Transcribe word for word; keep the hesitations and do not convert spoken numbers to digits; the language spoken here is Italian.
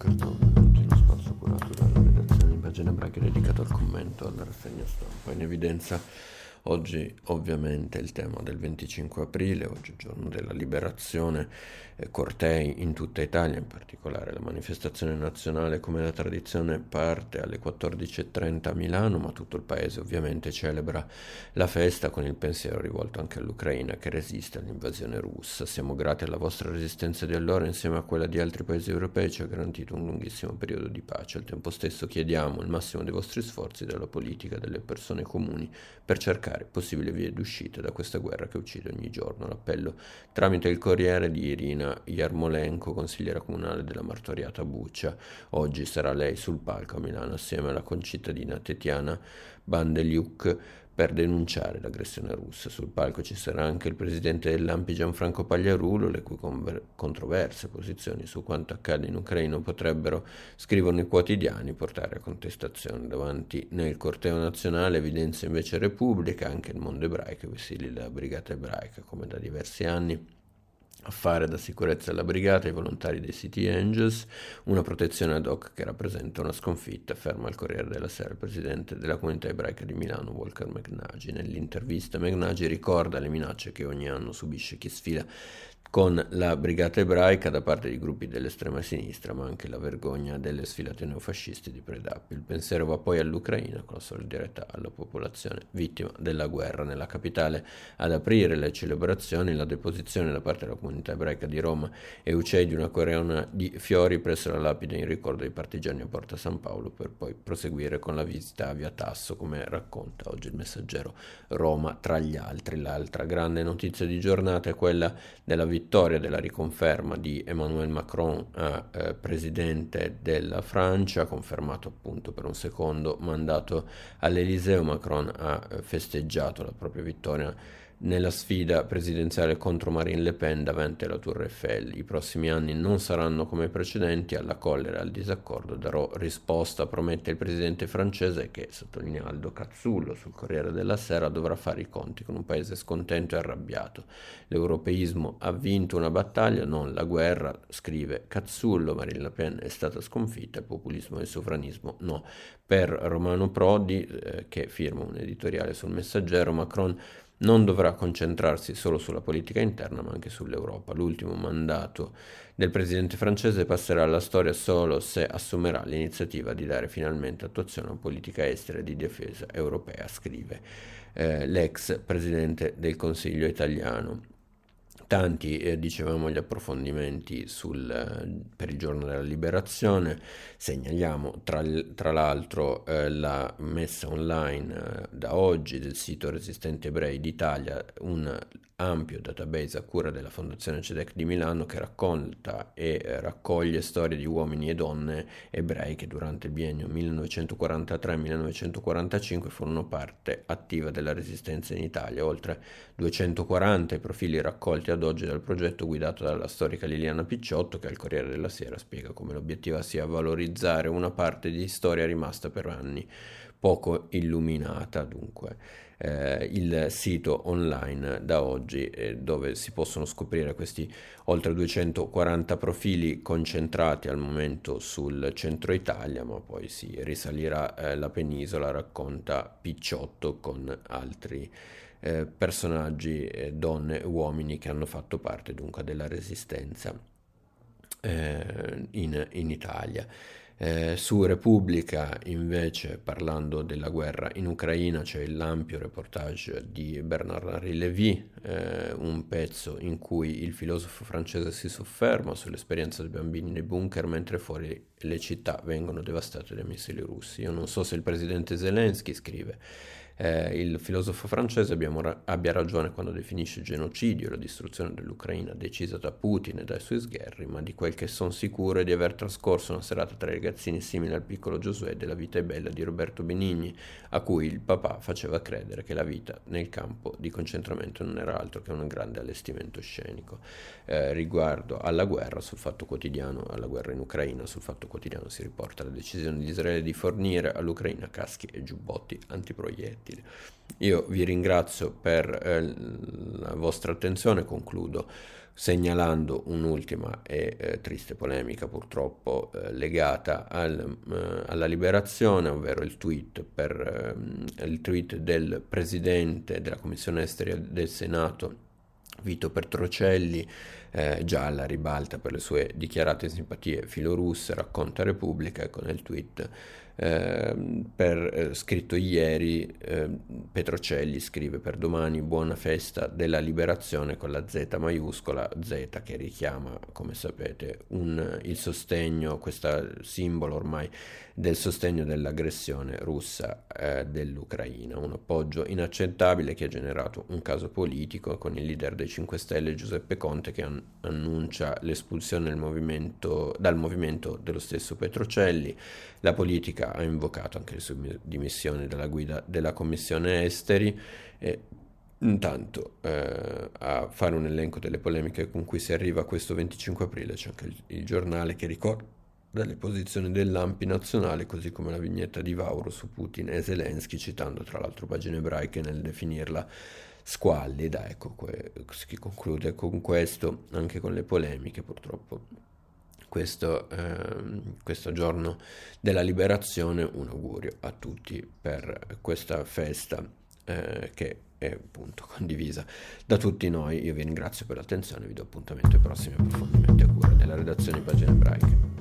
Cartone, benvenuti in uno spazio curato dalla redazione di Pagina Ebraica dedicato al commento alla rassegna stampa. In evidenza oggi ovviamente il tema del venticinque aprile, oggi giorno della liberazione, eh, cortei in tutta Italia, in particolare la manifestazione nazionale come da tradizione parte alle quattordici e trenta a Milano, ma tutto il paese ovviamente celebra la festa con il pensiero rivolto anche all'Ucraina che resiste all'invasione russa. Siamo grati alla vostra resistenza di allora, insieme a quella di altri paesi europei ci ha garantito un lunghissimo periodo di pace. Al tempo stesso chiediamo il massimo dei vostri sforzi dalla politica, delle persone comuni, per cercare possibili vie d'uscita da questa guerra che uccide ogni giorno. L'appello tramite il Corriere di Irina Yarmolenko, consigliera comunale della martoriata Bucha. Oggi sarà lei sul palco a Milano assieme alla concittadina Tetiana Bandeliuk per denunciare l'aggressione russa. Sul palco ci sarà anche il presidente dell'A N P I Gianfranco Pagliarulo, le cui conver- controverse posizioni su quanto accade in Ucraina potrebbero, scrivono i quotidiani, portare a contestazione. Davanti nel corteo nazionale evidenzia invece Repubblica anche il mondo ebraico, vessilli della brigata ebraica, come da diversi anni a fare da sicurezza alla brigata i volontari dei City Angels, una protezione ad hoc che rappresenta una sconfitta, afferma il Corriere della Sera il presidente della comunità ebraica di Milano, Walker McNagi. Nell'intervista McNagi ricorda le minacce che ogni anno subisce chi sfila con la brigata ebraica da parte di gruppi dell'estrema sinistra, ma anche la vergogna delle sfilate neofasciste di Predappio. Il pensiero va poi all'Ucraina, con la solidarietà alla popolazione vittima della guerra. Nella capitale ad aprire le celebrazioni la deposizione da parte della comunità ebraica di Roma e U C E I di una corona di fiori presso la lapide in ricordo dei partigiani a Porta San Paolo, per poi proseguire con la visita a Via Tasso, come racconta oggi il Messaggero Roma tra gli altri. L'altra grande notizia di giornata è quella della vittoria della riconferma di Emmanuel Macron a eh, presidente della Francia, confermato appunto per un secondo mandato all'Eliseo. Macron ha eh, festeggiato la propria vittoria nella sfida presidenziale contro Marine Le Pen davanti alla Tour Eiffel. I prossimi anni non saranno come i precedenti, alla collera e al disaccordo darò risposta, promette il presidente francese che, sottolinea Aldo Cazzullo sul Corriere della Sera, dovrà fare i conti con un paese scontento e arrabbiato. L'europeismo ha vinto una battaglia, non la guerra, scrive Cazzullo. Marine Le Pen è stata sconfitta, il populismo e il sovranismo no. Per Romano Prodi, eh, che firma un editoriale sul Messaggero, Macron non dovrà concentrarsi solo sulla politica interna ma anche sull'Europa. L'ultimo mandato del presidente francese passerà alla storia solo se assumerà l'iniziativa di dare finalmente attuazione a una politica estera e di difesa europea, scrive eh, l'ex presidente del Consiglio italiano. Tanti, eh, dicevamo, gli approfondimenti sul, eh, per il giorno della liberazione. Segnaliamo tra, tra l'altro eh, la messa online eh, da oggi del sito Resistenti Ebrei d'Italia, un ampio database a cura della Fondazione CEDEC di Milano che racconta e eh, raccoglie storie di uomini e donne ebrei che durante il biennio millenovecentoquarantatré millenovecentoquarantacinque furono parte attiva della resistenza in Italia. Oltre duecentoquaranta i profili raccolti ad oggi dal progetto guidato dalla storica Liliana Picciotto, che al Corriere della Sera spiega come l'obiettivo sia valorizzare una parte di storia rimasta per anni poco illuminata. Dunque eh, il sito online da oggi eh, dove si possono scoprire questi oltre duecentoquaranta profili concentrati al momento sul centro Italia, ma poi si risalirà eh, la penisola, racconta Picciotto con altri Eh, personaggi, eh, donne e uomini che hanno fatto parte dunque della resistenza eh, in, in Italia. Eh, su Repubblica invece, parlando della guerra in Ucraina, c'è l'ampio reportage di Bernard-Henri Lévy, eh, un pezzo in cui il filosofo francese si sofferma sull'esperienza dei bambini nei bunker mentre fuori le città vengono devastate dai missili russi. Io non so se il presidente Zelensky, scrive Eh, il filosofo francese ra- abbia ragione quando definisce genocidio la distruzione dell'Ucraina decisa da Putin e dai suoi sgherri, ma di quel che sono sicuro è di aver trascorso una serata tra i ragazzini simile al piccolo Giosuè della Vita è bella di Roberto Benigni, a cui il papà faceva credere che la vita nel campo di concentramento non era altro che un grande allestimento scenico. Eh, riguardo alla guerra, sul Fatto Quotidiano, alla guerra in Ucraina, sul Fatto Quotidiano si riporta la decisione di Israele di fornire all'Ucraina caschi e giubbotti antiproiettili. proiettile. Io vi ringrazio per eh, la vostra attenzione, concludo segnalando un'ultima e eh, triste polemica purtroppo eh, legata al, eh, alla liberazione, ovvero il tweet, per, eh, il tweet del presidente della Commissione Esteri del Senato, Vito Petrocelli, eh, già alla ribalta per le sue dichiarate simpatie filorusse, racconta Repubblica, e con il tweet eh, per, eh, scritto ieri, eh, Petrocelli scrive: per domani buona festa della liberazione, con la Z maiuscola, Z che richiama, come sapete, un, il sostegno, questo simbolo ormai del sostegno dell'aggressione russa eh, dell'Ucraina, un appoggio inaccettabile che ha generato un caso politico con il leader dei cinque Stelle Giuseppe Conte, che an- annuncia l'espulsione del movimento, dal movimento dello stesso Petrocelli. La politica ha invocato anche le sue dimissioni dalla guida della Commissione Esteri. E intanto eh, a fare un elenco delle polemiche con cui si arriva a questo venticinque aprile c'è anche il, il giornale che ricorda dalle posizioni dell'A N P I nazionale, così come la vignetta di Vauro su Putin e Zelensky, citando tra l'altro pagine ebraiche nel definirla squallida. Ecco, que- si conclude con questo, anche con le polemiche purtroppo. Questo, ehm, questo giorno della liberazione, un augurio a tutti per questa festa eh, che è appunto condivisa da tutti noi. Io vi ringrazio per l'attenzione, vi do appuntamento ai prossimi approfondimenti a cura della redazione di Pagine Ebraiche.